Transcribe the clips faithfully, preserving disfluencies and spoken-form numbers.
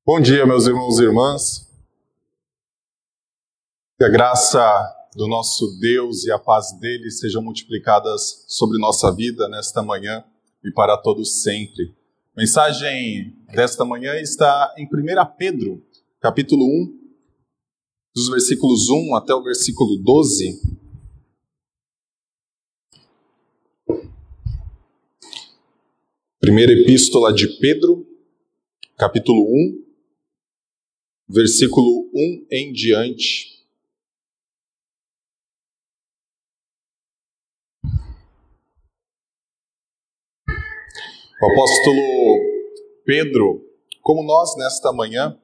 Bom dia, meus irmãos e irmãs. Que a graça do nosso Deus e a paz dele sejam multiplicadas sobre nossa vida nesta manhã e para todos sempre. A mensagem desta manhã está em primeira Pedro, capítulo um, dos versículos um até o versículo doze. Primeira Epístola de Pedro, capítulo um, versículo um em diante. O apóstolo Pedro, como nós nesta manhã,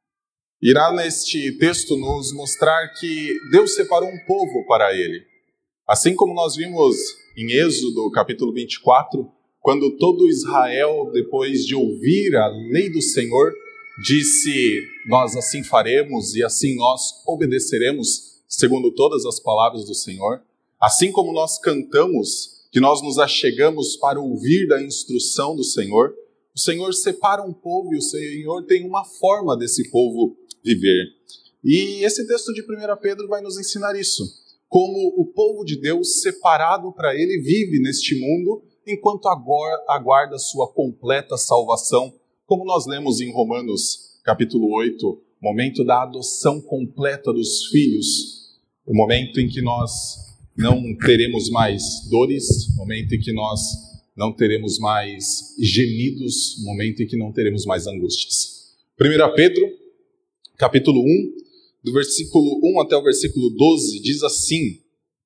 irá neste texto nos mostrar que Deus separou um povo para ele. Assim como nós vimos em Êxodo, capítulo vinte e quatro, quando todo Israel, depois de ouvir a lei do Senhor, disse, nós assim faremos e assim nós obedeceremos, segundo todas as palavras do Senhor. Assim como nós cantamos, que nós nos achegamos para ouvir da instrução do Senhor, o Senhor separa um povo e o Senhor tem uma forma desse povo viver. E esse texto de primeira Pedro vai nos ensinar isso, como o povo de Deus separado para ele vive neste mundo, enquanto aguarda sua completa salvação, como nós lemos em Romanos capítulo oito, momento da adoção completa dos filhos, o momento em que nós não teremos mais dores, momento em que nós não teremos mais gemidos, momento em que não teremos mais angústias. primeira Pedro, capítulo um, do versículo um até o versículo doze, diz assim: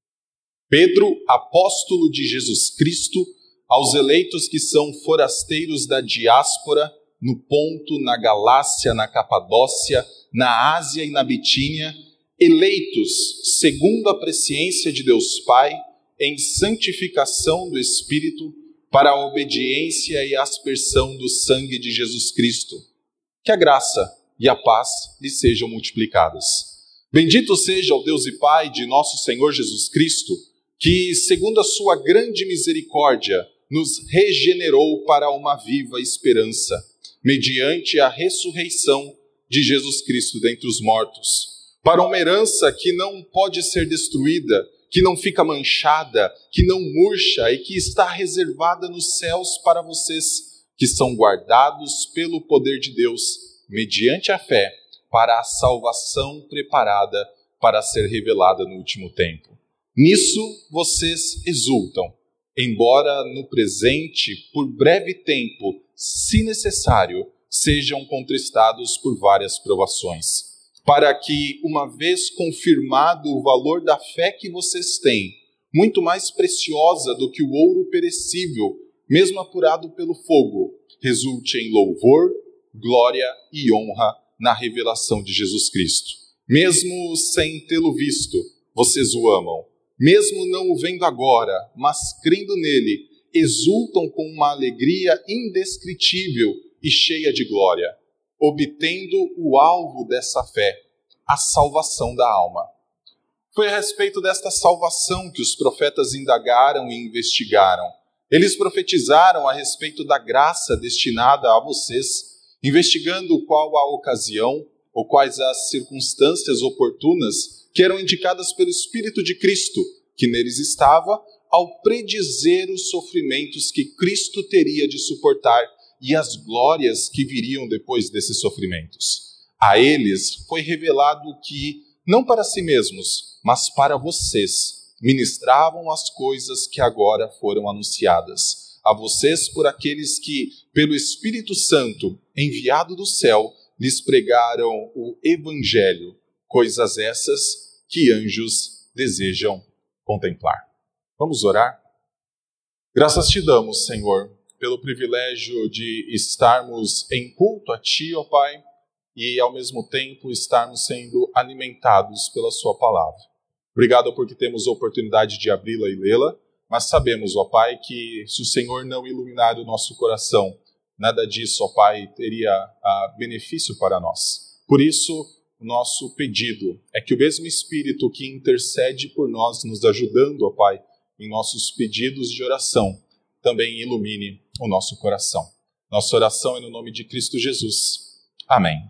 Pedro, apóstolo de Jesus Cristo, aos eleitos que são forasteiros da diáspora, no Ponto, na Galácia, na Capadócia, na Ásia e na Bitínia, eleitos segundo a presciência de Deus Pai, em santificação do Espírito, para a obediência e aspersão do sangue de Jesus Cristo. Que a graça e a paz lhe sejam multiplicadas. Bendito seja o Deus e Pai de nosso Senhor Jesus Cristo, que, segundo a sua grande misericórdia, nos regenerou para uma viva esperança, mediante a ressurreição de Jesus Cristo dentre os mortos, para uma herança que não pode ser destruída, que não fica manchada, que não murcha e que está reservada nos céus para vocês, que são guardados pelo poder de Deus, mediante a fé, para a salvação preparada para ser revelada no último tempo. Nisso vocês exultam, embora no presente, por breve tempo, se necessário, sejam contristados por várias provações, para que, uma vez confirmado o valor da fé que vocês têm, muito mais preciosa do que o ouro perecível, mesmo apurado pelo fogo, resulte em louvor, glória e honra na revelação de Jesus Cristo. Mesmo sem tê-lo visto, vocês o amam. Mesmo não o vendo agora, mas crendo nele, exultam com uma alegria indescritível e cheia de glória, obtendo o alvo dessa fé, a salvação da alma. Foi a respeito desta salvação que os profetas indagaram e investigaram. Eles profetizaram a respeito da graça destinada a vocês, investigando qual a ocasião ou quais as circunstâncias oportunas que eram indicadas pelo Espírito de Cristo, que neles estava, ao predizer os sofrimentos que Cristo teria de suportar e as glórias que viriam depois desses sofrimentos. A eles foi revelado que, não para si mesmos, mas para vocês, ministravam as coisas que agora foram anunciadas. A vocês por aqueles que, pelo Espírito Santo, enviado do céu, lhes pregaram o Evangelho, coisas essas que anjos desejam contemplar. Vamos orar? Graças te damos, Senhor, pelo privilégio de estarmos em culto a Ti, ó Pai, e ao mesmo tempo estarmos sendo alimentados pela Sua palavra. Obrigado porque temos a oportunidade de abri-la e lê-la, mas sabemos, ó Pai, que se o Senhor não iluminar o nosso coração, nada disso, ó Pai, teria uh, benefício para nós. Por isso, o nosso pedido é que o mesmo Espírito que intercede por nós, nos ajudando, ó Pai, em nossos pedidos de oração, também ilumine o nosso coração. Nossa oração é no nome de Cristo Jesus. Amém.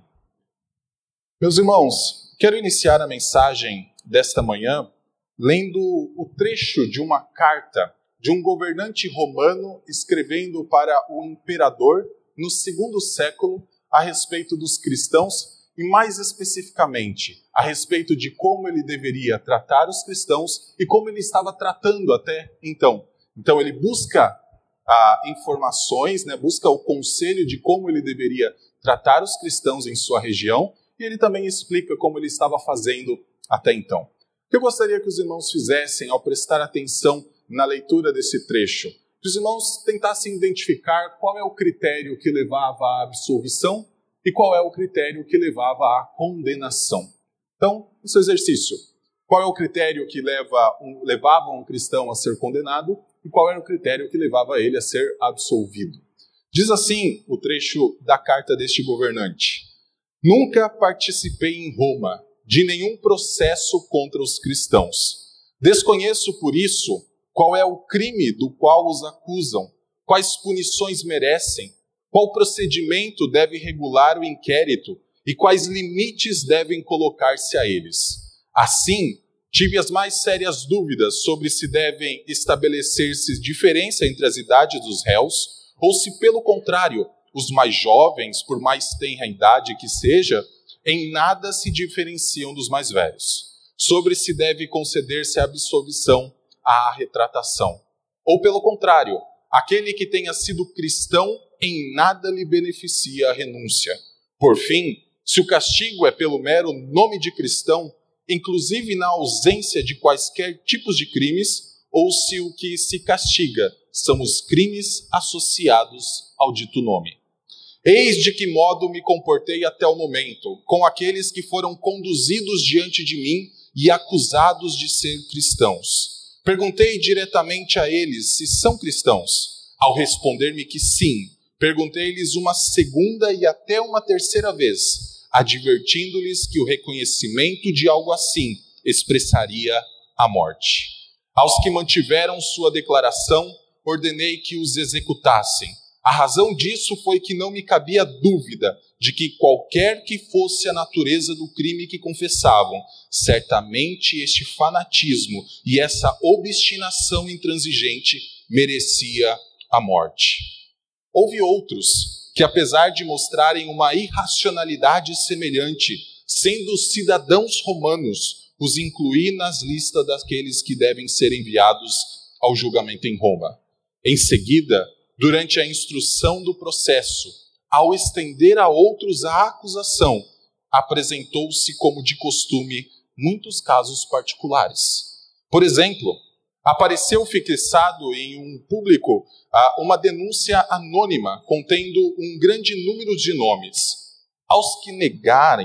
Meus irmãos, quero iniciar a mensagem desta manhã lendo o trecho de uma carta de um governante romano escrevendo para o imperador no segundo século a respeito dos cristãos e mais especificamente a respeito de como ele deveria tratar os cristãos e como ele estava tratando até então. Então ele busca ah, informações, né, busca o conselho de como ele deveria tratar os cristãos em sua região e ele também explica como ele estava fazendo até então. O que eu gostaria que os irmãos fizessem ao prestar atenção na leitura desse trecho? Que os irmãos tentassem identificar qual é o critério que levava à absolvição e qual é o critério que levava à condenação. Então, esse exercício. Qual é o critério que leva um, levava um cristão a ser condenado e qual era o critério que levava ele a ser absolvido? Diz assim o trecho da carta deste governante: Nunca participei em Roma de nenhum processo contra os cristãos. Desconheço, por isso, qual é o crime do qual os acusam, quais punições merecem, qual procedimento deve regular o inquérito e quais limites devem colocar-se a eles. Assim, tive as mais sérias dúvidas sobre se devem estabelecer-se diferença entre as idades dos réus, ou se, pelo contrário, os mais jovens, por mais tenra idade que seja, em nada se diferenciam dos mais velhos. Sobre se deve conceder-se a absolvição à retratação. Ou, pelo contrário, aquele que tenha sido cristão em nada lhe beneficia a renúncia. Por fim, se o castigo é pelo mero nome de cristão, inclusive na ausência de quaisquer tipos de crimes, ou se o que se castiga são os crimes associados ao dito nome. Eis de que modo me comportei até o momento, com aqueles que foram conduzidos diante de mim e acusados de ser cristãos. Perguntei diretamente a eles se são cristãos. Ao responder-me que sim, perguntei-lhes uma segunda e até uma terceira vez, advertindo-lhes que o reconhecimento de algo assim expressaria a morte. Aos que mantiveram sua declaração, ordenei que os executassem. A razão disso foi que não me cabia dúvida de que qualquer que fosse a natureza do crime que confessavam, certamente este fanatismo e essa obstinação intransigente merecia a morte. Houve outros que, apesar de mostrarem uma irracionalidade semelhante, sendo cidadãos romanos, os incluí nas listas daqueles que devem ser enviados ao julgamento em Roma. Em seguida, durante a instrução do processo, ao estender a outros a acusação, apresentou-se como de costume muitos casos particulares. Por exemplo, apareceu fixado em um público uma denúncia anônima contendo um grande número de nomes. Aos que negarem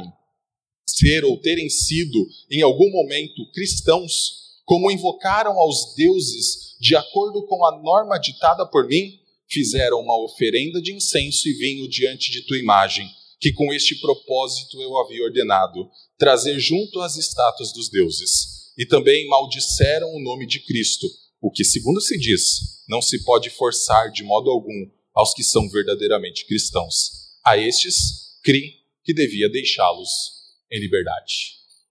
ser ou terem sido, em algum momento, cristãos, como invocaram aos deuses de acordo com a norma ditada por mim, fizeram uma oferenda de incenso e vinho diante de tua imagem, que com este propósito eu havia ordenado, trazer junto às estátuas dos deuses. E também maldisseram o nome de Cristo, o que, segundo se diz, não se pode forçar de modo algum aos que são verdadeiramente cristãos. A estes, criei que devia deixá-los em liberdade.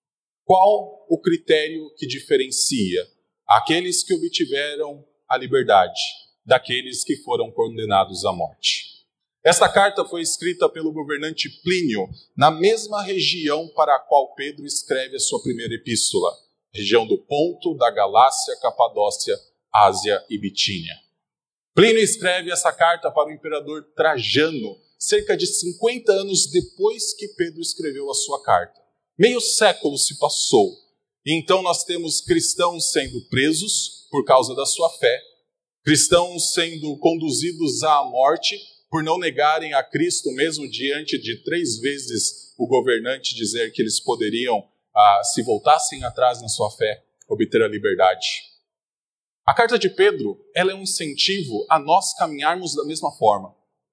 Qual o critério que diferencia aqueles que obtiveram a liberdade daqueles que foram condenados à morte? Esta carta foi escrita pelo governante Plínio na mesma região para a qual Pedro escreve a sua primeira epístola, região do Ponto, da Galácia, Capadócia, Ásia e Bitínia. Plínio escreve essa carta para o imperador Trajano, cerca de cinquenta anos depois que Pedro escreveu a sua carta. Meio século se passou, e então nós temos cristãos sendo presos por causa da sua fé, cristãos sendo conduzidos à morte por não negarem a Cristo, mesmo diante de três vezes o governante dizer que eles poderiam, ah, se voltassem atrás na sua fé, obter a liberdade. A carta de Pedro, ela é um incentivo a nós caminharmos da mesma forma.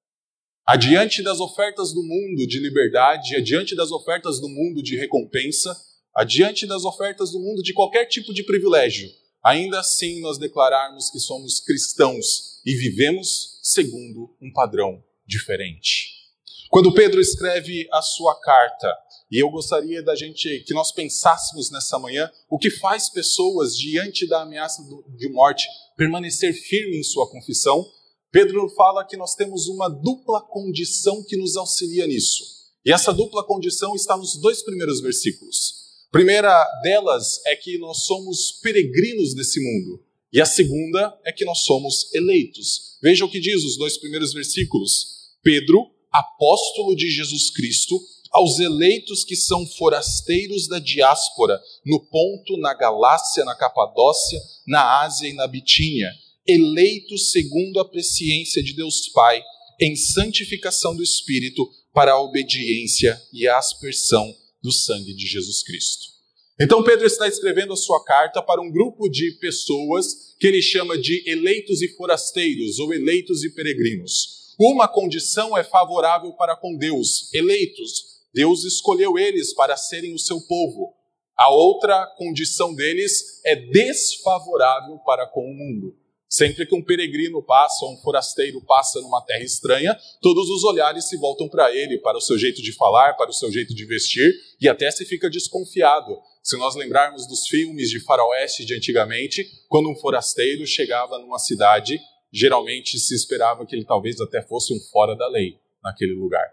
Adiante das ofertas do mundo de liberdade, adiante das ofertas do mundo de recompensa, adiante das ofertas do mundo de qualquer tipo de privilégio, ainda assim nós declararmos que somos cristãos e vivemos segundo um padrão diferente. Quando Pedro escreve a sua carta, e eu gostaria da gente que nós pensássemos nessa manhã o que faz pessoas diante da ameaça de morte permanecer firme em sua confissão, Pedro fala que nós temos uma dupla condição que nos auxilia nisso. E essa dupla condição está nos dois primeiros versículos. A primeira delas é que nós somos peregrinos desse mundo. E a segunda é que nós somos eleitos. Veja o que diz os dois primeiros versículos. Pedro, apóstolo de Jesus Cristo, aos eleitos que são forasteiros da diáspora, no Ponto, na Galácia, na Capadócia, na Ásia e na Bitínia, eleitos segundo a presciência de Deus Pai, em santificação do Espírito, para a obediência e a aspersão do sangue de Jesus Cristo. Então Pedro está escrevendo a sua carta para um grupo de pessoas que ele chama de eleitos e forasteiros, ou eleitos e peregrinos. Uma condição é favorável para com Deus, eleitos. Deus escolheu eles para serem o seu povo. A outra condição deles é desfavorável para com o mundo. Sempre que um peregrino passa, ou um forasteiro passa numa terra estranha, todos os olhares se voltam para ele, para o seu jeito de falar, para o seu jeito de vestir, e até se fica desconfiado. Se nós lembrarmos dos filmes de faroeste de antigamente, quando um forasteiro chegava numa cidade, geralmente se esperava que ele talvez até fosse um fora da lei naquele lugar.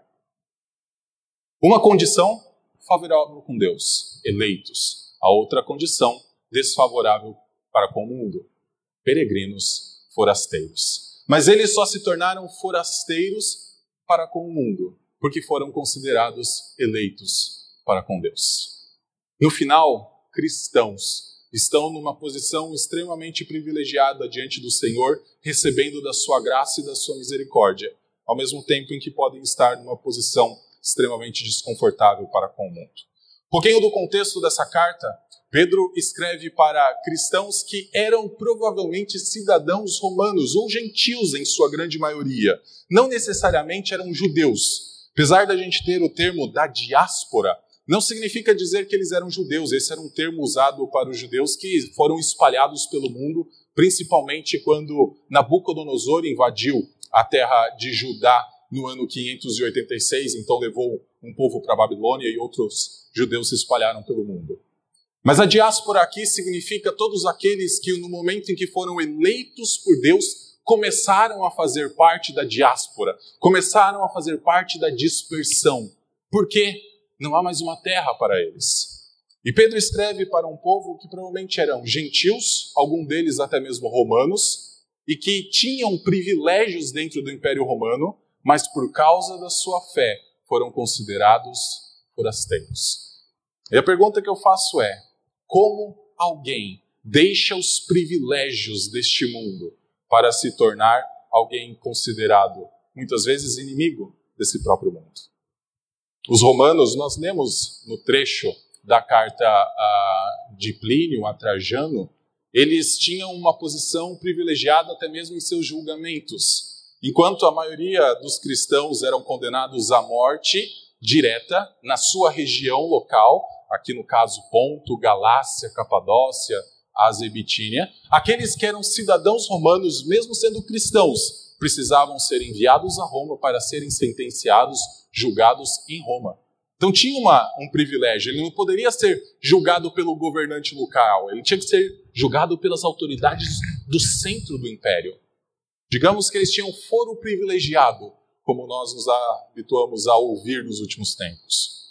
Uma condição favorável com Deus, eleitos. A outra condição desfavorável para com o mundo, peregrinos, forasteiros. Mas eles só se tornaram forasteiros para com o mundo, porque foram considerados eleitos para com Deus. No final, cristãos estão numa posição extremamente privilegiada diante do Senhor, recebendo da sua graça e da sua misericórdia, ao mesmo tempo em que podem estar numa posição extremamente desconfortável para com o mundo. Um pouquinho do contexto dessa carta, Pedro escreve para cristãos que eram provavelmente cidadãos romanos ou gentios em sua grande maioria. Não necessariamente eram judeus. Apesar da gente ter o termo da diáspora, não significa dizer que eles eram judeus. Esse era um termo usado para os judeus que foram espalhados pelo mundo, principalmente quando Nabucodonosor invadiu a terra de Judá no ano quinhentos e oitenta e seis, então levou um povo para a Babilônia e outros judeus se espalharam pelo mundo. Mas a diáspora aqui significa todos aqueles que no momento em que foram eleitos por Deus, começaram a fazer parte da diáspora, começaram a fazer parte da dispersão. Por quê? Não há mais uma terra para eles. E Pedro escreve para um povo que provavelmente eram gentios, alguns deles até mesmo romanos, e que tinham privilégios dentro do Império Romano, mas por causa da sua fé foram considerados forasteiros. E a pergunta que eu faço é, como alguém deixa os privilégios deste mundo para se tornar alguém considerado, muitas vezes, inimigo desse próprio mundo? Os romanos, nós lemos no trecho da carta a, de Plínio a Trajano, eles tinham uma posição privilegiada até mesmo em seus julgamentos. Enquanto a maioria dos cristãos eram condenados à morte direta na sua região local, aqui no caso Ponto, Galácia, Capadócia, Ásia e Bitínia, aqueles que eram cidadãos romanos, mesmo sendo cristãos, precisavam ser enviados a Roma para serem sentenciados, julgados em Roma. Então tinha uma, um privilégio, ele não poderia ser julgado pelo governante local, ele tinha que ser julgado pelas autoridades do centro do império. Digamos que eles tinham foro privilegiado, como nós nos habituamos a ouvir nos últimos tempos.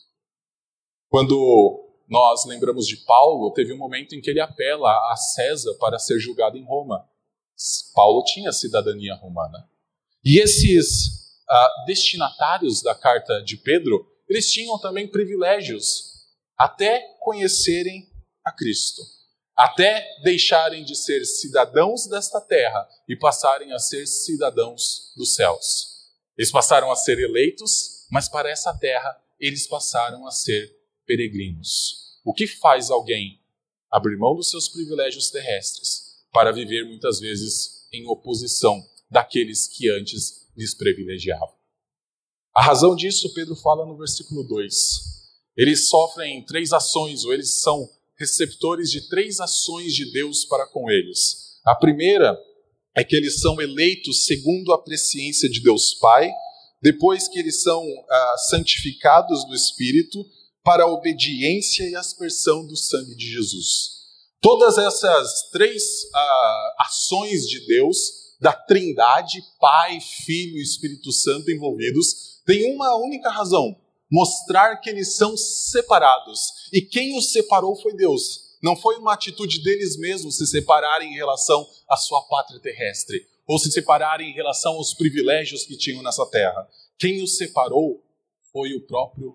Quando nós lembramos de Paulo, teve um momento em que ele apela a César para ser julgado em Roma. Paulo tinha cidadania romana. E esses uh, destinatários da carta de Pedro, eles tinham também privilégios, até conhecerem a Cristo, até deixarem de ser cidadãos desta terra e passarem a ser cidadãos dos céus. Eles passaram a ser eleitos, mas para essa terra eles passaram a ser peregrinos. O que faz alguém abrir mão dos seus privilégios terrestres para viver muitas vezes em oposição daqueles que antes lhes privilegiavam? A razão disso, Pedro fala no versículo dois. Eles sofrem três ações, ou eles são receptores de três ações de Deus para com eles. A primeira é que eles são eleitos segundo a presciência de Deus Pai, depois que eles são ah, santificados do Espírito, para a obediência e aspersão do sangue de Jesus. Todas essas três ah, ações de Deus, da Trindade, Pai, Filho e Espírito Santo envolvidos, têm uma única razão: mostrar que eles são separados. E quem os separou foi Deus. Não foi uma atitude deles mesmos se separarem em relação à sua pátria terrestre, ou se separarem em relação aos privilégios que tinham nessa terra. Quem os separou foi o próprio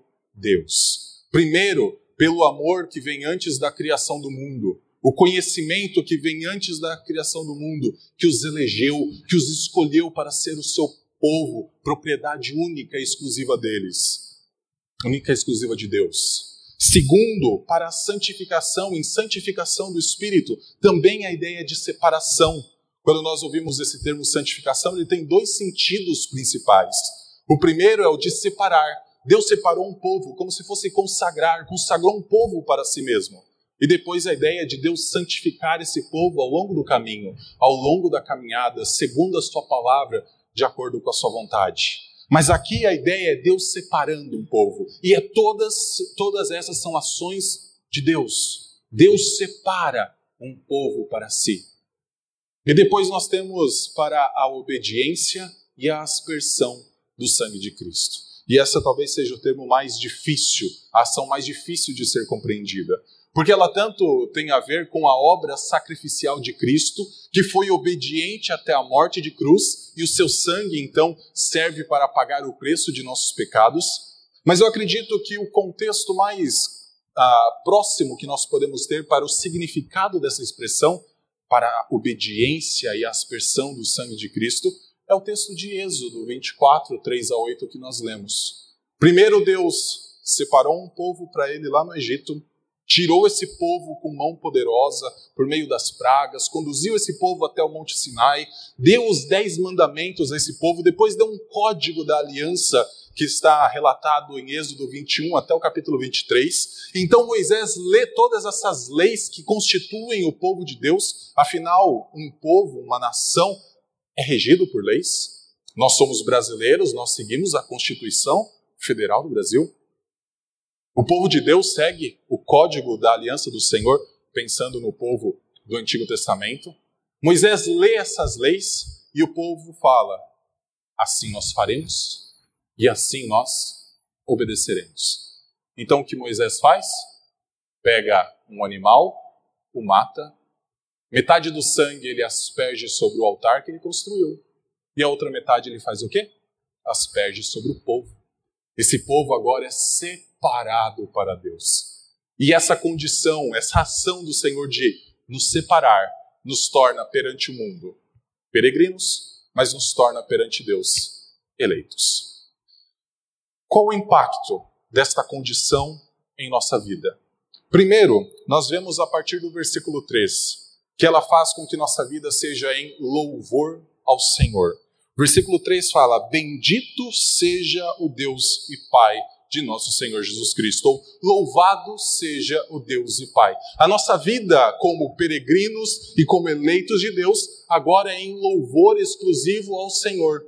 Deus. Primeiro, pelo amor que vem antes da criação do mundo, o conhecimento que vem antes da criação do mundo, que os elegeu, que os escolheu para ser o seu povo, propriedade única e exclusiva deles, única e exclusiva de Deus. Segundo, para a santificação, em santificação do Espírito, também a ideia de separação. Quando nós ouvimos esse termo santificação, ele tem dois sentidos principais. O primeiro é o de separar. Deus separou um povo como se fosse consagrar, consagrou um povo para si mesmo. E depois a ideia de Deus santificar esse povo ao longo do caminho, ao longo da caminhada, segundo a sua palavra, de acordo com a sua vontade. Mas aqui a ideia é Deus separando um povo. E é todas, todas essas são ações de Deus. Deus separa um povo para si. E depois nós temos para a obediência e a aspersão do sangue de Cristo. E essa talvez seja o termo mais difícil, a ação mais difícil de ser compreendida. Porque ela tanto tem a ver com a obra sacrificial de Cristo, que foi obediente até a morte de cruz, e o seu sangue, então, serve para pagar o preço de nossos pecados. Mas eu acredito que o contexto mais ah, próximo que nós podemos ter para o significado dessa expressão, para a obediência e a aspersão do sangue de Cristo, é o texto de Êxodo vinte e quatro, três a oito, que nós lemos. Primeiro Deus separou um povo para ele lá no Egito, tirou esse povo com mão poderosa por meio das pragas, conduziu esse povo até o Monte Sinai, deu os dez mandamentos a esse povo, depois deu um código da aliança que está relatado em Êxodo vinte e um até o capítulo vinte e três. Então Moisés lê todas essas leis que constituem o povo de Deus. Afinal, um povo, uma nação, é regido por leis. Nós somos brasileiros, nós seguimos a Constituição Federal do Brasil. O povo de Deus segue o código da aliança do Senhor, pensando no povo do Antigo Testamento. Moisés lê essas leis e o povo fala: assim nós faremos e assim nós obedeceremos. Então o que Moisés faz? Pega um animal, o mata, metade do sangue ele asperge sobre o altar que ele construiu. E a outra metade ele faz o quê? Asperge sobre o povo. Esse povo agora é separado para Deus. E essa condição, essa ação do Senhor de nos separar, nos torna perante o mundo peregrinos, mas nos torna perante Deus eleitos. Qual o impacto desta condição em nossa vida? Primeiro, nós vemos a partir do versículo três, que ela faz com que nossa vida seja em louvor ao Senhor. Versículo três fala: bendito seja o Deus e Pai de nosso Senhor Jesus Cristo, ou louvado seja o Deus e Pai. A nossa vida como peregrinos e como eleitos de Deus, agora é em louvor exclusivo ao Senhor.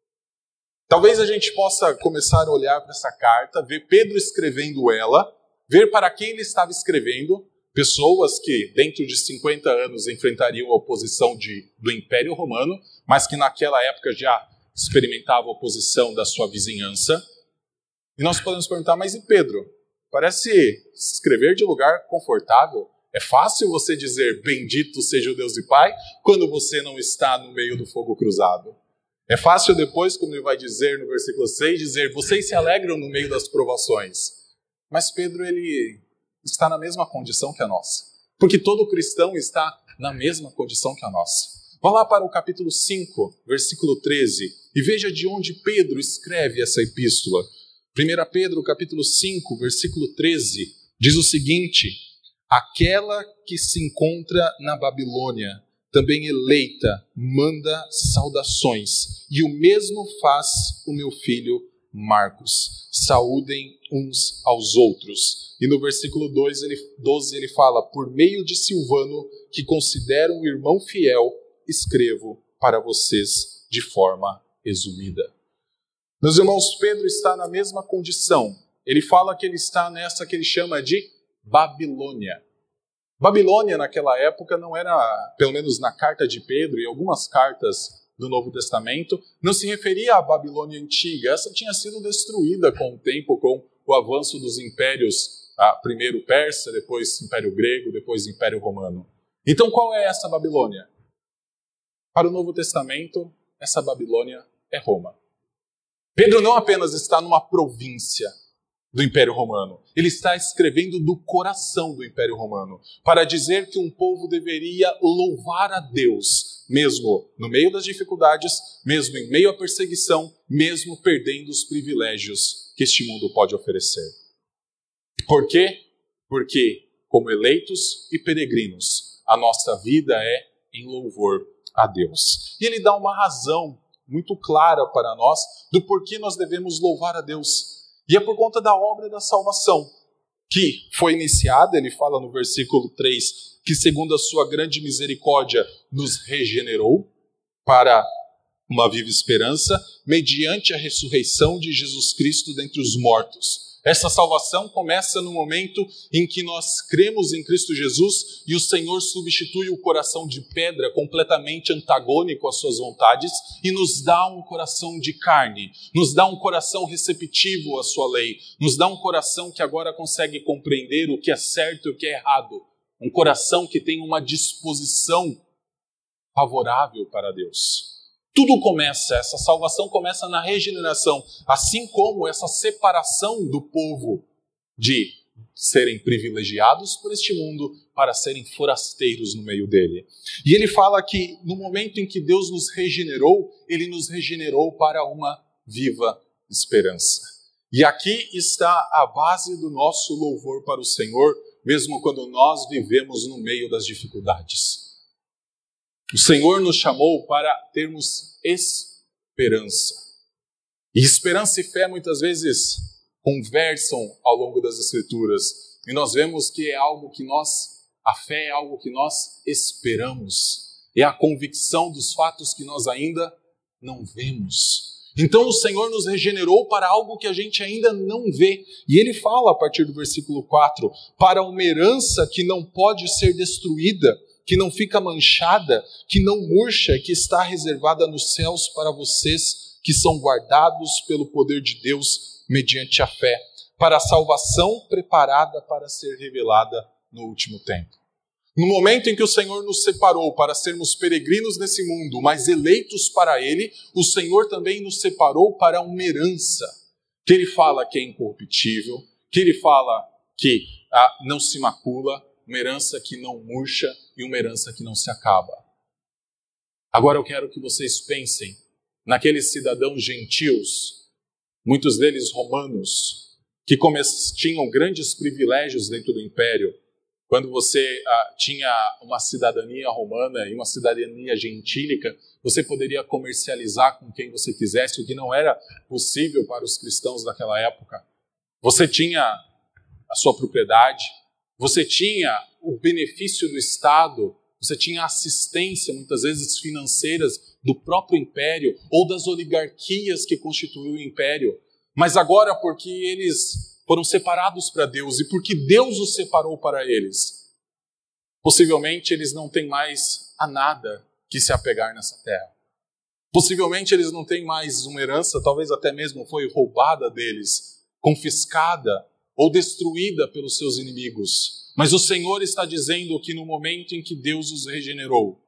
Talvez a gente possa começar a olhar para essa carta, ver Pedro escrevendo ela, ver para quem ele estava escrevendo, pessoas que dentro de cinquenta anos enfrentariam a oposição de, do Império Romano, mas que naquela época já experimentavam a oposição da sua vizinhança. E nós podemos perguntar: mas e Pedro? Parece escrever de lugar confortável. É fácil você dizer bendito seja o Deus e Pai quando você não está no meio do fogo cruzado. É fácil depois, como ele vai dizer no versículo seis, dizer vocês se alegram no meio das provações. Mas Pedro, ele está na mesma condição que a nossa. Porque todo cristão está na mesma condição que a nossa. Vá lá para o capítulo cinco, versículo treze, e veja de onde Pedro escreve essa epístola. primeiro Pedro, capítulo cinco, versículo treze, diz o seguinte: aquela que se encontra na Babilônia, também eleita, manda saudações, e o mesmo faz o meu filho Marcos. Saúdem uns aos outros. E no versículo doze ele, doze ele fala: por meio de Silvano, que considero um irmão fiel, escrevo para vocês de forma resumida. Meus irmãos, Pedro está na mesma condição. Ele fala que ele está nessa que ele chama de Babilônia. Babilônia naquela época não era, pelo menos na carta de Pedro e algumas cartas do Novo Testamento, não se referia à Babilônia antiga. Essa tinha sido destruída com o tempo, com o avanço dos impérios, ah, primeiro persa, depois Império Grego, depois Império Romano. Então qual é essa Babilônia? Para o Novo Testamento, essa Babilônia é Roma. Pedro não apenas está numa província do Império Romano, ele está escrevendo do coração do Império Romano, para dizer que um povo deveria louvar a Deus, mesmo no meio das dificuldades, mesmo em meio à perseguição, mesmo perdendo os privilégios que este mundo pode oferecer. Por quê? Porque, como eleitos e peregrinos, a nossa vida é em louvor a Deus. E ele dá uma razão muito clara para nós do porquê nós devemos louvar a Deus. E é por conta da obra da salvação, que foi iniciada, ele fala no versículo três, que segundo a sua grande misericórdia nos regenerou para uma viva esperança, mediante a ressurreição de Jesus Cristo dentre os mortos. Essa salvação começa no momento em que nós cremos em Cristo Jesus e o Senhor substitui o coração de pedra completamente antagônico às suas vontades e nos dá um coração de carne, nos dá um coração receptivo à sua lei, nos dá um coração que agora consegue compreender o que é certo e o que é errado, um coração que tem uma disposição favorável para Deus. Tudo começa, essa salvação começa na regeneração, assim como essa separação do povo de serem privilegiados por este mundo para serem forasteiros no meio dele. E ele fala que no momento em que Deus nos regenerou, ele nos regenerou para uma viva esperança. E aqui está a base do nosso louvor para o Senhor, mesmo quando nós vivemos no meio das dificuldades. O Senhor nos chamou para termos esperança. E esperança e fé muitas vezes conversam ao longo das Escrituras. E nós vemos que é algo que nós, a fé é algo que nós esperamos. É a convicção dos fatos que nós ainda não vemos. Então o Senhor nos regenerou para algo que a gente ainda não vê. E ele fala a partir do versículo quatro, para uma herança que não pode ser destruída, que não fica manchada, que não murcha, que está reservada nos céus para vocês, que são guardados pelo poder de Deus mediante a fé, para a salvação preparada para ser revelada no último tempo. No momento em que o Senhor nos separou para sermos peregrinos nesse mundo, mas eleitos para Ele, o Senhor também nos separou para uma herança, que Ele fala que é incorruptível, que Ele fala que ah, não se macula, uma herança que não murcha e uma herança que não se acaba. Agora eu quero que vocês pensem naqueles cidadãos gentios, muitos deles romanos, que tinham grandes privilégios dentro do império. Quando você ah, tinha uma cidadania romana e uma cidadania gentílica, você poderia comercializar com quem você quisesse, o que não era possível para os cristãos daquela época. Você tinha a sua propriedade, você tinha o benefício do Estado, você tinha assistência, muitas vezes financeiras, do próprio império ou das oligarquias que constituíam o império. Mas agora, porque eles foram separados para Deus e porque Deus os separou para eles, possivelmente eles não têm mais a nada que se apegar nessa terra. Possivelmente eles não têm mais uma herança, talvez até mesmo foi roubada deles, confiscada ou destruída pelos seus inimigos. Mas o Senhor está dizendo que no momento em que Deus os regenerou,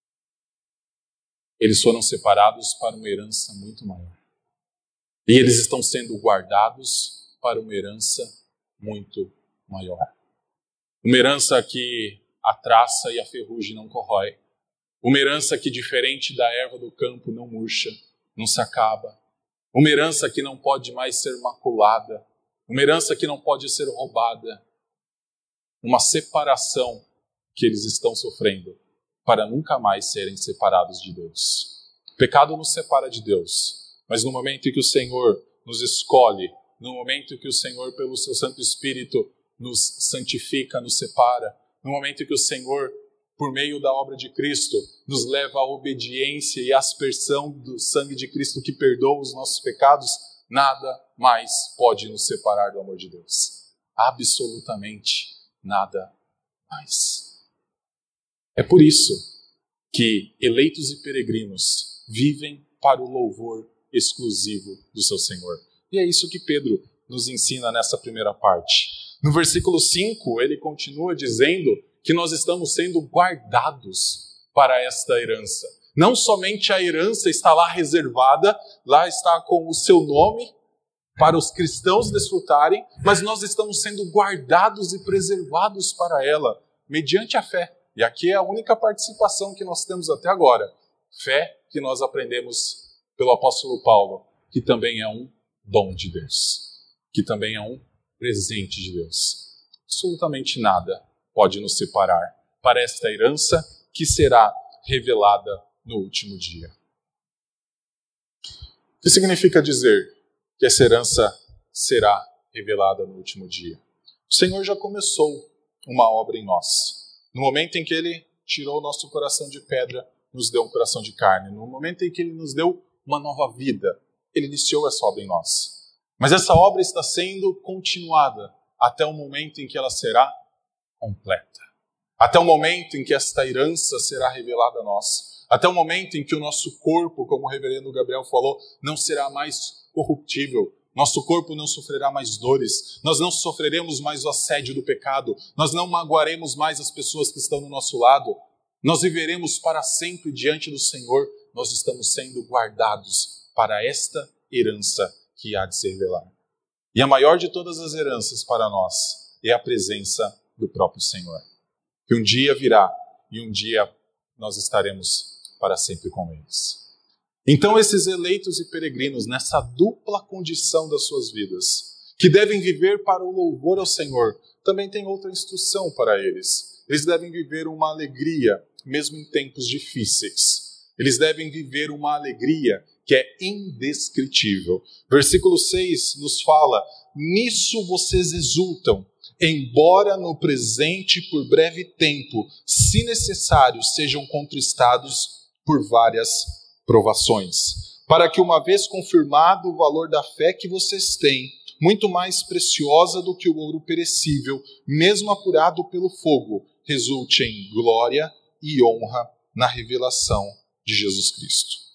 eles foram separados para uma herança muito maior. E eles estão sendo guardados para uma herança muito maior. Uma herança que a traça e a ferrugem não corrói. Uma herança que, diferente da erva do campo, não murcha, não se acaba. Uma herança que não pode mais ser maculada. Uma herança que não pode ser roubada. Uma separação que eles estão sofrendo para nunca mais serem separados de Deus. O pecado nos separa de Deus, mas no momento em que o Senhor nos escolhe, no momento em que o Senhor, pelo seu Santo Espírito, nos santifica, nos separa, no momento em que o Senhor por meio da obra de Cristo, nos leva à obediência e à aspersão do sangue de Cristo que perdoa os nossos pecados, nada mais pode nos separar do amor de Deus. Absolutamente nada mais. É por isso que eleitos e peregrinos vivem para o louvor exclusivo do seu Senhor. E é isso que Pedro nos ensina nessa primeira parte. No versículo cinco, ele continua dizendo que nós estamos sendo guardados para esta herança. Não somente a herança está lá reservada, lá está com o seu nome para os cristãos desfrutarem, mas nós estamos sendo guardados e preservados para ela, mediante a fé. E aqui é a única participação que nós temos até agora. Fé que nós aprendemos pelo apóstolo Paulo, que também é um dom de Deus, que também é um presente de Deus. Absolutamente nada pode nos separar para esta herança que será revelada no último dia. O que significa dizer que essa herança será revelada no último dia? O Senhor já começou uma obra em nós. No momento em que Ele tirou o nosso coração de pedra, nos deu um coração de carne. No momento em que Ele nos deu uma nova vida, Ele iniciou essa obra em nós. Mas essa obra está sendo continuada até o momento em que ela será completa. Até o momento em que esta herança será revelada a nós. Até o momento em que o nosso corpo, como o reverendo Gabriel falou, não será mais corruptível. Nosso corpo não sofrerá mais dores. Nós não sofreremos mais o assédio do pecado. Nós não magoaremos mais as pessoas que estão do nosso lado. Nós viveremos para sempre diante do Senhor. Nós estamos sendo guardados para esta herança que há de se revelar. E a maior de todas as heranças para nós é a presença do próprio Senhor, que um dia virá e um dia nós estaremos para sempre com eles. Então esses eleitos e peregrinos, nessa dupla condição das suas vidas, que devem viver para o louvor ao Senhor, também tem outra instrução para eles. Eles devem viver uma alegria, mesmo em tempos difíceis. Eles devem viver uma alegria que é indescritível. Versículo seis nos fala: nisso vocês exultam, embora no presente por breve tempo, se necessário, sejam contristados por várias provações, para que, uma vez confirmado o valor da fé que vocês têm, muito mais preciosa do que o ouro perecível, mesmo apurado pelo fogo, resulte em glória e honra na revelação de Jesus Cristo.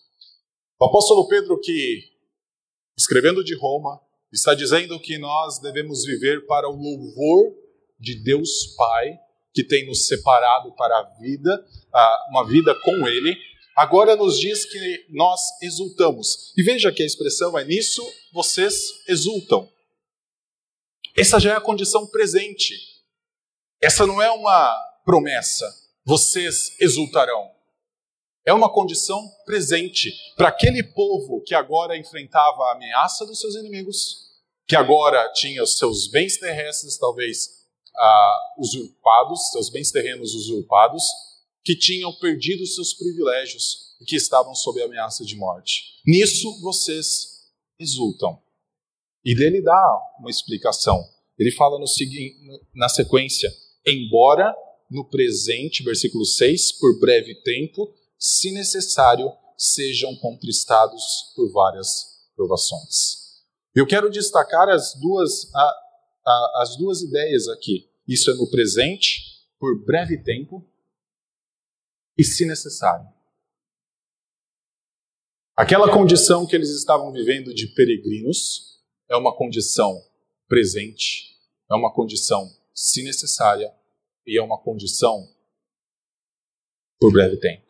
O apóstolo Pedro, que, escrevendo de Roma, está dizendo que nós devemos viver para o louvor de Deus Pai, que tem nos separado para a vida, uma vida com Ele. Agora nos diz que nós exultamos. E veja que a expressão é: nisso vocês exultam. Essa já é a condição presente. Essa não é uma promessa. Vocês exultarão. É uma condição presente para aquele povo que agora enfrentava a ameaça dos seus inimigos, que agora tinha os seus bens terrestres, talvez ah, usurpados, seus bens terrenos usurpados, que tinham perdido os seus privilégios e que estavam sob a ameaça de morte. Nisso vocês exultam. E ele dá uma explicação. Ele fala no seguinte, na sequência: embora no presente, versículo seis, por breve tempo, se necessário, sejam contristados por várias provações. Eu quero destacar as duas, a, a, as duas ideias aqui. Isso é no presente, por breve tempo, e se necessário. Aquela condição que eles estavam vivendo de peregrinos é uma condição presente, é uma condição se necessária e é uma condição por breve tempo.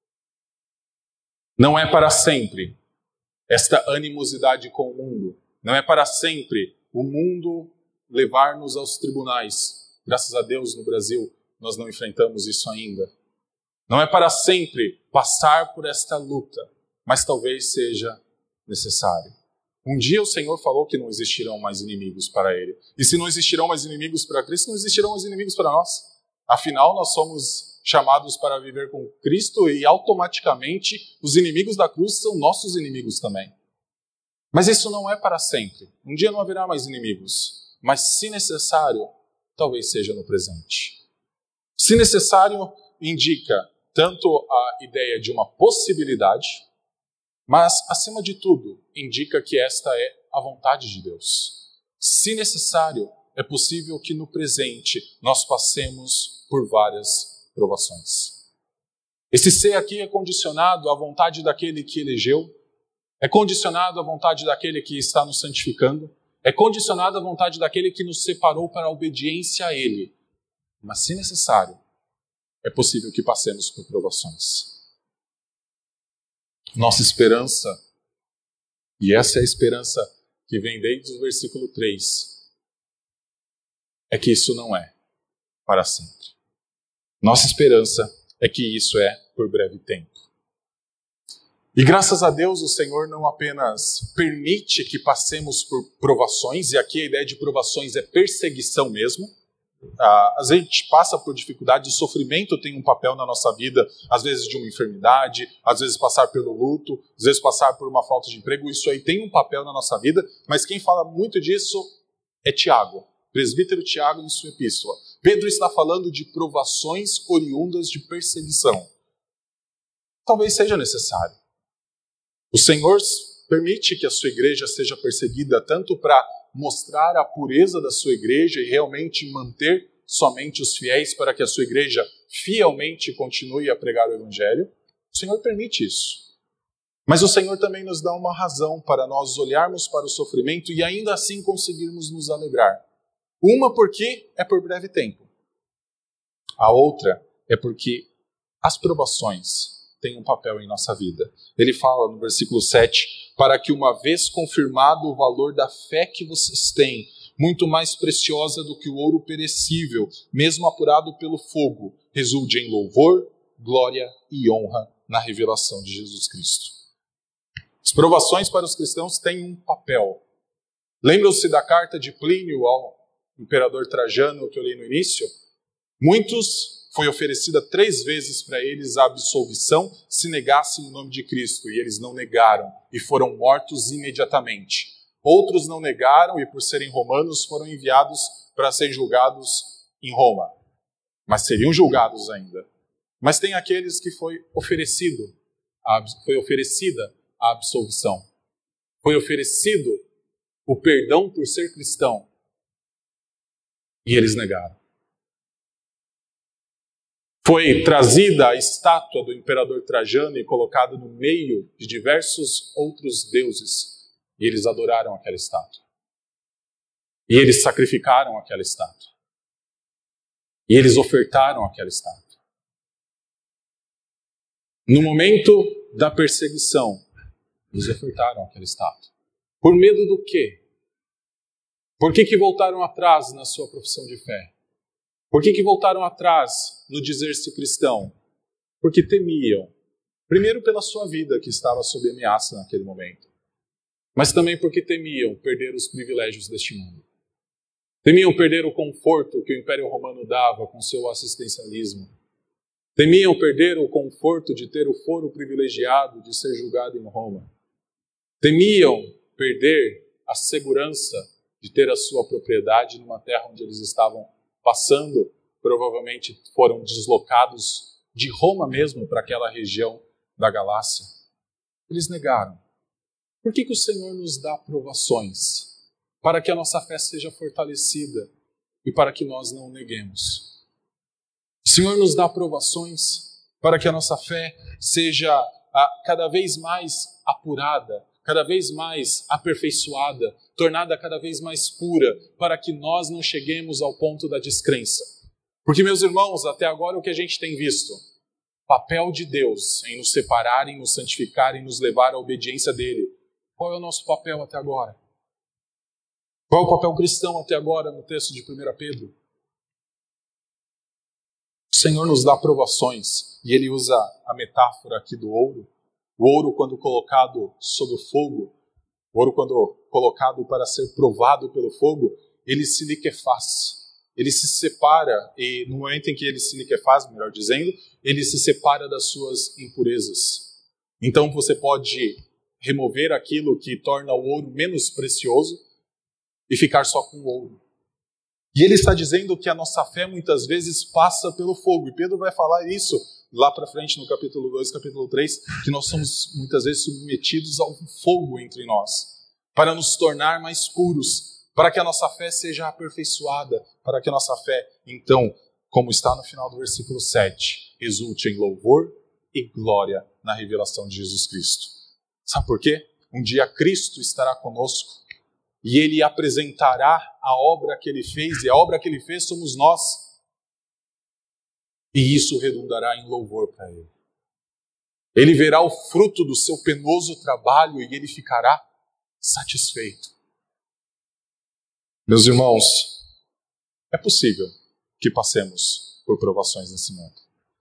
Não é para sempre esta animosidade com o mundo. Não é para sempre o mundo levar-nos aos tribunais. Graças a Deus, no Brasil, nós não enfrentamos isso ainda. Não é para sempre passar por esta luta, mas talvez seja necessário. Um dia o Senhor falou que não existirão mais inimigos para Ele. E se não existirão mais inimigos para Cristo, não existirão mais inimigos para nós. Afinal, nós somos chamados para viver com Cristo e automaticamente os inimigos da cruz são nossos inimigos também. Mas isso não é para sempre. Um dia não haverá mais inimigos. Mas se necessário, talvez seja no presente. Se necessário, indica tanto a ideia de uma possibilidade, mas, acima de tudo, indica que esta é a vontade de Deus. Se necessário, é possível que no presente nós passemos por várias provações. Esse ser aqui é condicionado à vontade daquele que elegeu, é condicionado à vontade daquele que está nos santificando, é condicionado à vontade daquele que nos separou para a obediência a Ele. Mas, se necessário, é possível que passemos por provações. Nossa esperança, e essa é a esperança que vem desde o versículo três, é que isso não é para sempre. Nossa esperança é que isso é por breve tempo. E graças a Deus o Senhor não apenas permite que passemos por provações, e aqui a ideia de provações é perseguição mesmo. Ah, às vezes a gente passa por dificuldade, o sofrimento tem um papel na nossa vida, às vezes de uma enfermidade, às vezes passar pelo luto, às vezes passar por uma falta de emprego, isso aí tem um papel na nossa vida, mas quem fala muito disso é Tiago, presbítero Tiago em sua epístola. Pedro está falando de provações oriundas de perseguição. Talvez seja necessário. O Senhor permite que a sua igreja seja perseguida tanto para mostrar a pureza da sua igreja e realmente manter somente os fiéis para que a sua igreja fielmente continue a pregar o Evangelho. O Senhor permite isso. Mas o Senhor também nos dá uma razão para nós olharmos para o sofrimento e ainda assim conseguirmos nos alegrar. Uma porque é por breve tempo. A outra é porque as provações têm um papel em nossa vida. Ele fala no versículo sete, para que uma vez confirmado o valor da fé que vocês têm, muito mais preciosa do que o ouro perecível, mesmo apurado pelo fogo, resulte em louvor, glória e honra na revelação de Jesus Cristo. As provações para os cristãos têm um papel. Lembram-se da carta de Plínio ao imperador Trajano que eu li no início? Muitos foi oferecida três vezes para eles a absolvição se negassem o nome de Cristo, e eles não negaram e foram mortos imediatamente. Outros não negaram e, por serem romanos, foram enviados para serem julgados em Roma. Mas seriam julgados ainda. Mas tem aqueles que foi oferecido, a, foi oferecida a absolvição. Foi oferecido o perdão por ser cristão. E eles negaram. Foi trazida a estátua do imperador Trajano e colocada no meio de diversos outros deuses. E eles adoraram aquela estátua. E eles sacrificaram aquela estátua. E eles ofertaram aquela estátua. No momento da perseguição, eles ofertaram aquela estátua. Por medo do quê? Por que que voltaram atrás na sua profissão de fé? Por que que voltaram atrás no dizer-se cristão? Porque temiam. Primeiro pela sua vida, que estava sob ameaça naquele momento. Mas também porque temiam perder os privilégios deste mundo. Temiam perder o conforto que o Império Romano dava com seu assistencialismo. Temiam perder o conforto de ter o foro privilegiado de ser julgado em Roma. Temiam perder a segurança de ter a sua propriedade numa terra onde eles estavam passando, provavelmente foram deslocados de Roma mesmo para aquela região da Galácia. Eles negaram. Por que que o Senhor nos dá provações? Para que a nossa fé seja fortalecida e para que nós não neguemos. O Senhor nos dá provações para que a nossa fé seja ah, cada vez mais apurada, cada vez mais aperfeiçoada, tornada cada vez mais pura, para que nós não cheguemos ao ponto da descrença. Porque, meus irmãos, até agora o que a gente tem visto? Papel de Deus em nos separar, em nos santificar, em nos levar à obediência dele. Qual é o nosso papel até agora? Qual é o papel cristão até agora no texto de primeira Pedro? O Senhor nos dá provações, e ele usa a metáfora aqui do ouro. O ouro, quando colocado sob o fogo, o ouro, quando colocado para ser provado pelo fogo, ele se liquefaz. Ele se separa, e no momento em que ele se liquefaz, melhor dizendo, ele se separa das suas impurezas. Então você pode remover aquilo que torna o ouro menos precioso e ficar só com o ouro. E ele está dizendo que a nossa fé muitas vezes passa pelo fogo. E Pedro vai falar isso lá para frente no capítulo dois, capítulo três, que nós somos muitas vezes submetidos ao fogo entre nós, para nos tornar mais puros, para que a nossa fé seja aperfeiçoada, para que a nossa fé, então, como está no final do versículo sete, resulte em louvor e glória na revelação de Jesus Cristo. Sabe por quê? Um dia Cristo estará conosco e Ele apresentará a obra que Ele fez, e a obra que Ele fez somos nós. E isso redundará em louvor para Ele. Ele verá o fruto do seu penoso trabalho e Ele ficará satisfeito. Meus irmãos, é possível que passemos por provações nesse mundo.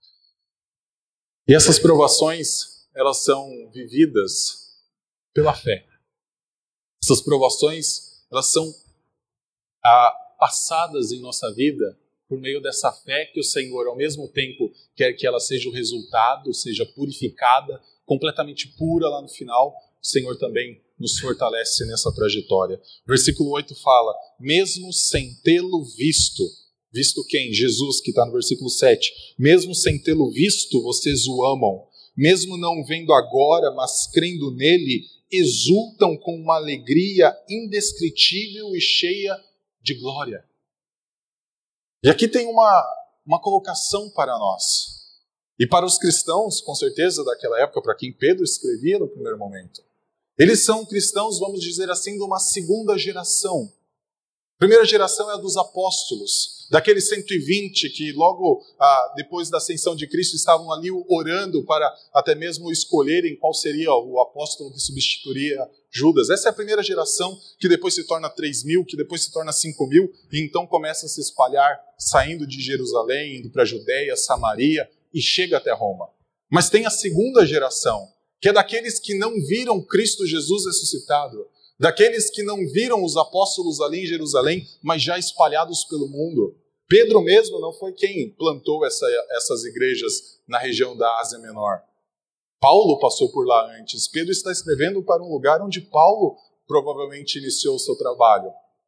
E essas provações, elas são vividas pela fé. Essas provações, elas são ah, passadas em nossa vida por meio dessa fé que o Senhor, ao mesmo tempo, quer que ela seja o resultado, seja purificada, completamente pura lá no final, o Senhor também nos fortalece nessa trajetória. Versículo oito fala, mesmo sem tê-lo visto, visto quem? Jesus, que está no versículo sete. Mesmo sem tê-lo visto, vocês o amam. Mesmo não vendo agora, mas crendo nele, exultam com uma alegria indescritível e cheia de glória. E aqui tem uma, uma colocação para nós. E para os cristãos, com certeza, daquela época, para quem Pedro escrevia no primeiro momento. Eles são cristãos, vamos dizer assim, de uma segunda geração. A primeira geração é a dos apóstolos, daqueles cento e vinte que logo ah, depois da ascensão de Cristo estavam ali orando para até mesmo escolherem qual seria o apóstolo que substituiria Judas. Essa é a primeira geração que depois se torna três mil, que depois se torna cinco mil, e então começa a se espalhar, saindo de Jerusalém, indo para a Judéia, Samaria e chega até Roma. Mas tem a segunda geração, que é daqueles que não viram Cristo Jesus ressuscitado, daqueles que não viram os apóstolos ali em Jerusalém, mas já espalhados pelo mundo. Pedro mesmo não foi quem plantou essa, essas igrejas na região da Ásia Menor. Paulo passou por lá antes. Pedro está escrevendo para um lugar onde Paulo provavelmente iniciou o seu trabalho.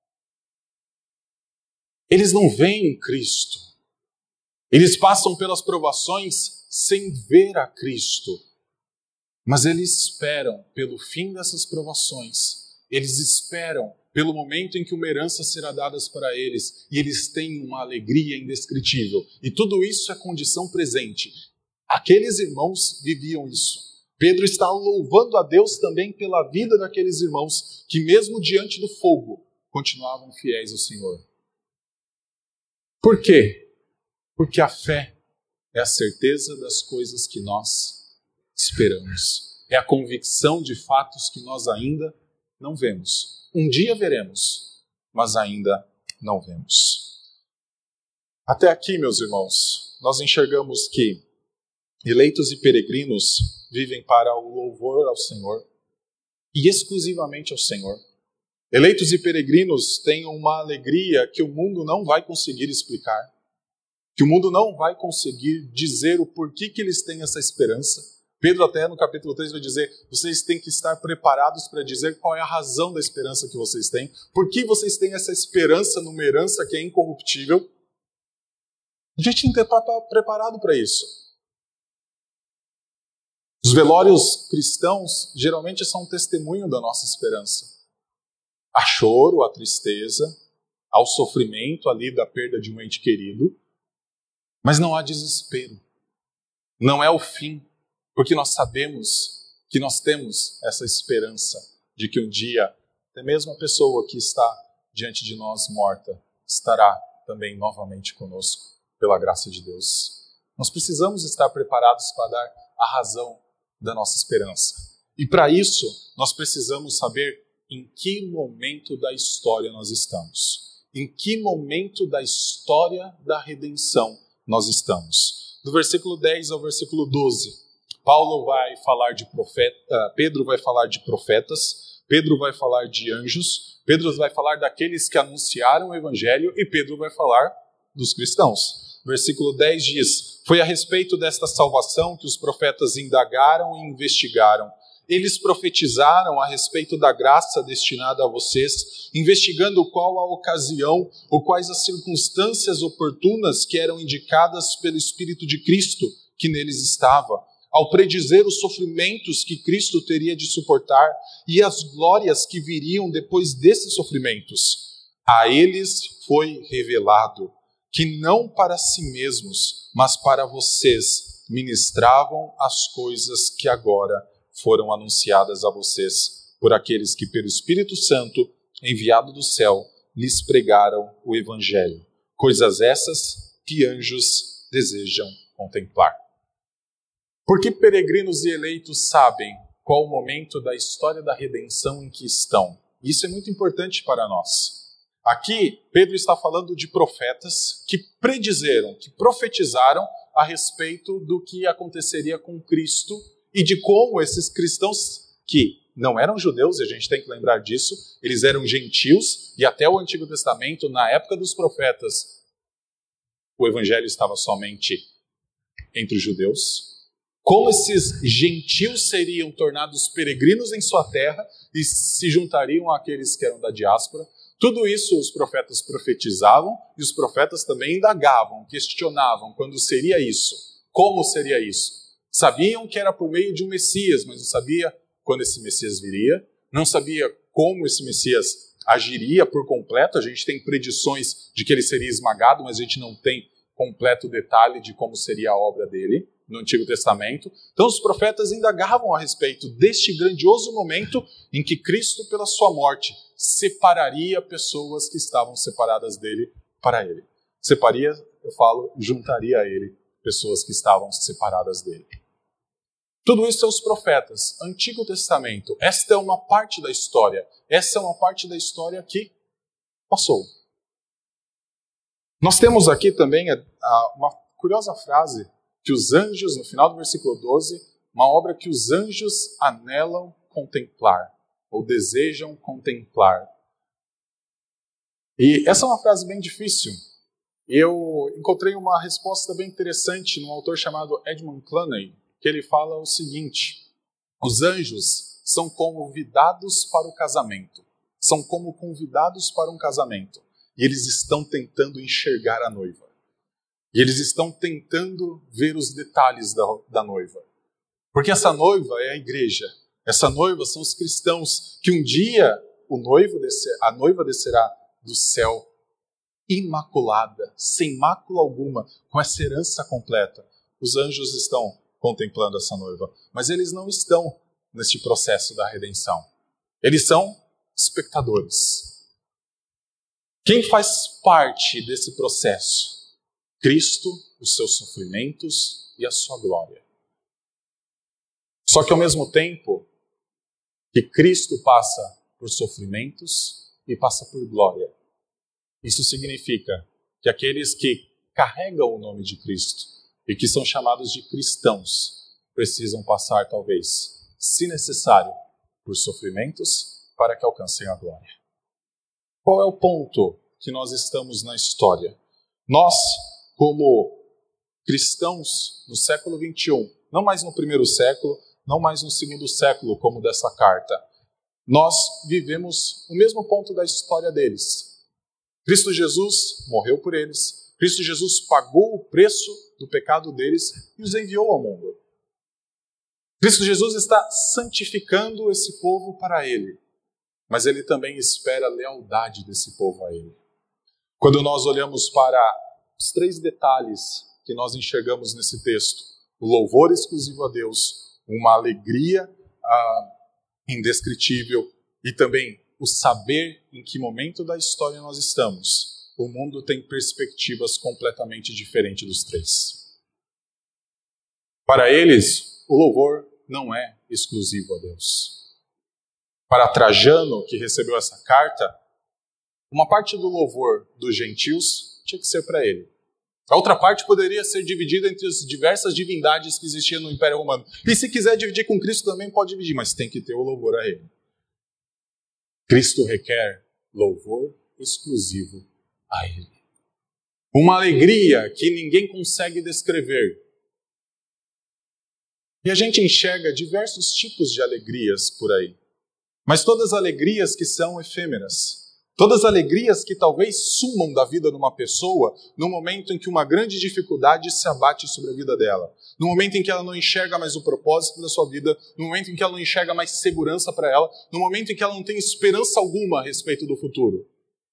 Eles não veem Cristo. Eles passam pelas provações sem ver a Cristo. Mas eles esperam pelo fim dessas provações. Eles esperam pelo momento em que uma herança será dada para eles. E eles têm uma alegria indescritível. E tudo isso é condição presente. Aqueles irmãos viviam isso. Pedro está louvando a Deus também pela vida daqueles irmãos que mesmo diante do fogo continuavam fiéis ao Senhor. Por quê? Porque a fé é a certeza das coisas que nós esperamos. É a convicção de fatos que nós ainda não vemos. Um dia veremos, mas ainda não vemos. Até aqui, meus irmãos, nós enxergamos que eleitos e peregrinos vivem para o louvor ao Senhor e exclusivamente ao Senhor. Eleitos e peregrinos têm uma alegria que o mundo não vai conseguir explicar, que o mundo não vai conseguir dizer o porquê que eles têm essa esperança. Pedro até no capítulo três vai dizer, vocês têm que estar preparados para dizer qual é a razão da esperança que vocês têm, por que vocês têm essa esperança numa herança que é incorruptível. A gente tem que estar preparado para isso. Os velórios cristãos geralmente são um testemunho da nossa esperança. Há choro, há tristeza, há o sofrimento ali da perda de um ente querido, mas não há desespero. Não é o fim, porque nós sabemos que nós temos essa esperança de que um dia, até mesmo a pessoa que está diante de nós morta, estará também novamente conosco, pela graça de Deus. Nós precisamos estar preparados para dar a razão da nossa esperança. E para isso, nós precisamos saber em que momento da história nós estamos. Em que momento da história da redenção nós estamos. Do versículo dez ao versículo doze, Paulo vai falar de profeta, Pedro vai falar de profetas, Pedro vai falar de anjos, Pedro vai falar daqueles que anunciaram o evangelho e Pedro vai falar dos cristãos. Versículo dez diz, foi a respeito desta salvação que os profetas indagaram e investigaram. Eles profetizaram a respeito da graça destinada a vocês, investigando qual a ocasião ou quais as circunstâncias oportunas que eram indicadas pelo Espírito de Cristo que neles estava, ao predizer os sofrimentos que Cristo teria de suportar e as glórias que viriam depois desses sofrimentos. A eles foi revelado que não para si mesmos, mas para vocês ministravam as coisas que agora foram anunciadas a vocês por aqueles que pelo Espírito Santo, enviado do céu, lhes pregaram o Evangelho. Coisas essas que anjos desejam contemplar. Porque peregrinos e eleitos sabem qual o momento da história da redenção em que estão. Isso é muito importante para nós. Aqui, Pedro está falando de profetas que predizeram, que profetizaram a respeito do que aconteceria com Cristo e de como esses cristãos que não eram judeus, e a gente tem que lembrar disso, eles eram gentios, e até o Antigo Testamento, na época dos profetas, o evangelho estava somente entre os judeus. Como esses gentios seriam tornados peregrinos em sua terra e se juntariam àqueles que eram da diáspora. Tudo isso os profetas profetizavam e os profetas também indagavam, questionavam quando seria isso, como seria isso. Sabiam que era por meio de um Messias, mas não sabia quando esse Messias viria, não sabia como esse Messias agiria por completo. A gente tem predições de que ele seria esmagado, mas a gente não tem completo detalhe de como seria a obra dele no Antigo Testamento. Então os profetas indagavam a respeito deste grandioso momento em que Cristo, pela sua morte, separaria pessoas que estavam separadas dele para ele. Separaria, eu falo, juntaria a ele pessoas que estavam separadas dele. Tudo isso são os profetas, Antigo Testamento. Esta é uma parte da história. Essa é uma parte da história que passou. Nós temos aqui também uma curiosa frase que os anjos, no final do versículo doze, uma obra que os anjos anelam contemplar, ou desejam contemplar. E essa é uma frase bem difícil. Eu encontrei uma resposta bem interessante num autor chamado Edmund Clooney, que ele fala o seguinte: os anjos são convidados para o casamento, são como convidados para um casamento, e eles estão tentando enxergar a noiva. E eles estão tentando ver os detalhes da, da noiva. Porque essa noiva é a igreja. Essa noiva são os cristãos que um dia o noivo descer, a noiva descerá do céu imaculada, sem mácula alguma, com essa herança completa. Os anjos estão contemplando essa noiva, mas eles não estão neste processo da redenção. Eles são espectadores. Quem faz parte desse processo? Cristo, os seus sofrimentos e a sua glória. Só que ao mesmo tempo que Cristo passa por sofrimentos e passa por glória, isso significa que aqueles que carregam o nome de Cristo e que são chamados de cristãos precisam passar, talvez, se necessário, por sofrimentos para que alcancem a glória. Qual é o ponto que nós estamos na história? Nós, como cristãos no século vinte e um, não mais no primeiro século, não mais no segundo século, como dessa carta, nós vivemos o mesmo ponto da história deles. Cristo Jesus morreu por eles, Cristo Jesus pagou o preço do pecado deles e os enviou ao mundo. Cristo Jesus está santificando esse povo para ele, mas ele também espera a lealdade desse povo a ele. Quando nós olhamos para os três detalhes que nós enxergamos nesse texto, o louvor exclusivo a Deus, uma alegria ah, indescritível e também o saber em que momento da história nós estamos, o mundo tem perspectivas completamente diferentes dos três. Para eles, o louvor não é exclusivo a Deus. Para Trajano, que recebeu essa carta, uma parte do louvor dos gentios tinha que ser para ele. A outra parte poderia ser dividida entre as diversas divindades que existiam no Império Romano. E se quiser dividir com Cristo também pode dividir, mas tem que ter o louvor a ele. Cristo requer louvor exclusivo a ele. Uma alegria que ninguém consegue descrever. E a gente enxerga diversos tipos de alegrias por aí. Mas todas alegrias que são efêmeras. Todas alegrias que talvez sumam da vida de uma pessoa no momento em que uma grande dificuldade se abate sobre a vida dela. No momento em que ela não enxerga mais o propósito da sua vida, no momento em que ela não enxerga mais segurança para ela, no momento em que ela não tem esperança alguma a respeito do futuro.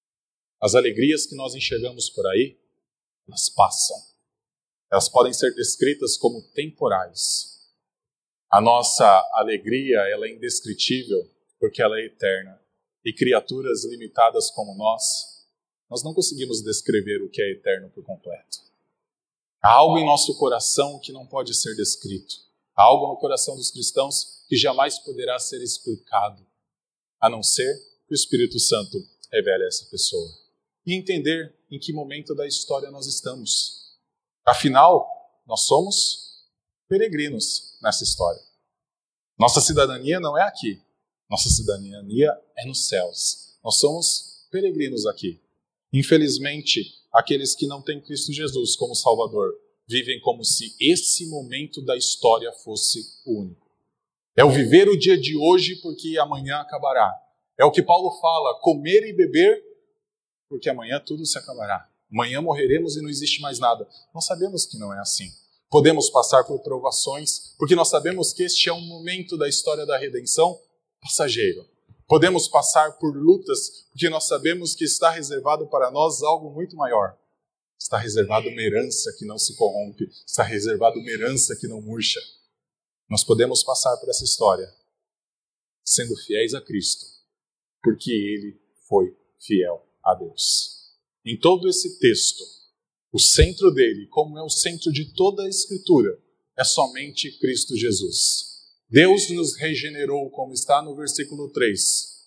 As alegrias que nós enxergamos por aí, elas passam. Elas podem ser descritas como temporais. A nossa alegria, ela é indescritível porque ela é eterna. E criaturas limitadas como nós, nós não conseguimos descrever o que é eterno por completo. Há algo em nosso coração que não pode ser descrito. Há algo no coração dos cristãos que jamais poderá ser explicado, a não ser que o Espírito Santo revele a essa pessoa. E entender em que momento da história nós estamos. Afinal, nós somos peregrinos nessa história. Nossa cidadania não é aqui. Nossa cidadania é nos céus. Nós somos peregrinos aqui. Infelizmente, aqueles que não têm Cristo Jesus como Salvador vivem como se esse momento da história fosse o único. É o viver o dia de hoje porque amanhã acabará. É o que Paulo fala, comer e beber porque amanhã tudo se acabará. Amanhã morreremos e não existe mais nada. Nós sabemos que não é assim. Podemos passar por provações porque nós sabemos que este é um momento da história da redenção passageiro. Podemos passar por lutas, porque nós sabemos que está reservado para nós algo muito maior. Está reservado uma herança que não se corrompe, está reservado uma herança que não murcha. Nós podemos passar por essa história sendo fiéis a Cristo, porque Ele foi fiel a Deus. Em todo esse texto, o centro dele, como é o centro de toda a Escritura, é somente Cristo Jesus. Deus nos regenerou, como está no versículo três,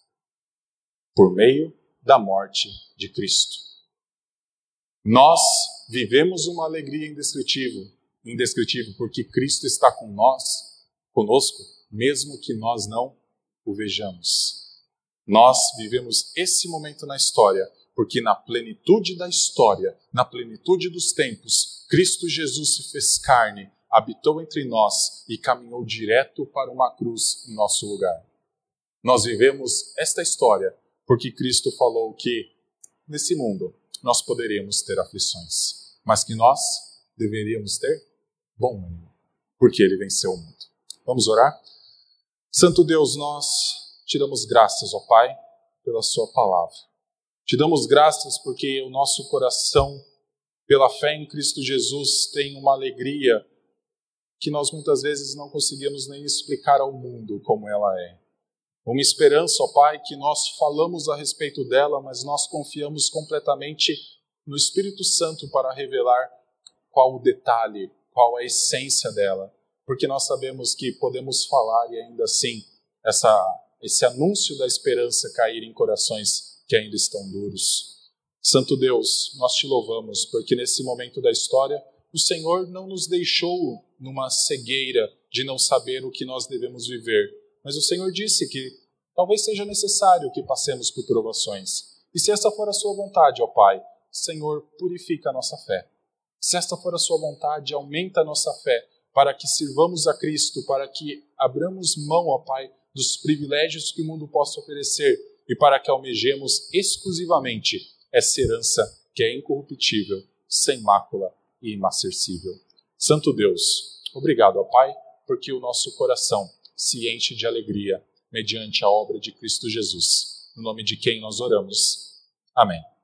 por meio da morte de Cristo. Nós vivemos uma alegria indescritível, indescritível porque Cristo está com nós, conosco, mesmo que nós não o vejamos. Nós vivemos esse momento na história, porque na plenitude da história, na plenitude dos tempos, Cristo Jesus se fez carne, habitou entre nós e caminhou direto para uma cruz em nosso lugar. Nós vivemos esta história porque Cristo falou que nesse mundo nós poderíamos ter aflições, mas que nós deveríamos ter bom ânimo, porque Ele venceu o mundo. Vamos orar? Santo Deus, nós te damos graças, ó Pai, pela sua palavra. Te damos graças porque o nosso coração, pela fé em Cristo Jesus, tem uma alegria que nós muitas vezes não conseguimos nem explicar ao mundo como ela é. Uma esperança, ó Pai, que nós falamos a respeito dela, mas nós confiamos completamente no Espírito Santo para revelar qual o detalhe, qual a essência dela, porque nós sabemos que podemos falar e ainda assim essa, esse anúncio da esperança cair em corações que ainda estão duros. Santo Deus, nós te louvamos, porque nesse momento da história, o Senhor não nos deixou numa cegueira de não saber o que nós devemos viver. Mas o Senhor disse que talvez seja necessário que passemos por provações. E se essa for a sua vontade, ó Pai, Senhor, purifica a nossa fé. Se esta for a sua vontade, aumenta a nossa fé para que sirvamos a Cristo, para que abramos mão, ó Pai, dos privilégios que o mundo possa oferecer e para que almejemos exclusivamente essa herança que é incorruptível, sem mácula e imarcessível. Santo Deus, obrigado, ó Pai, porque o nosso coração se enche de alegria mediante a obra de Cristo Jesus, no nome de quem nós oramos. Amém.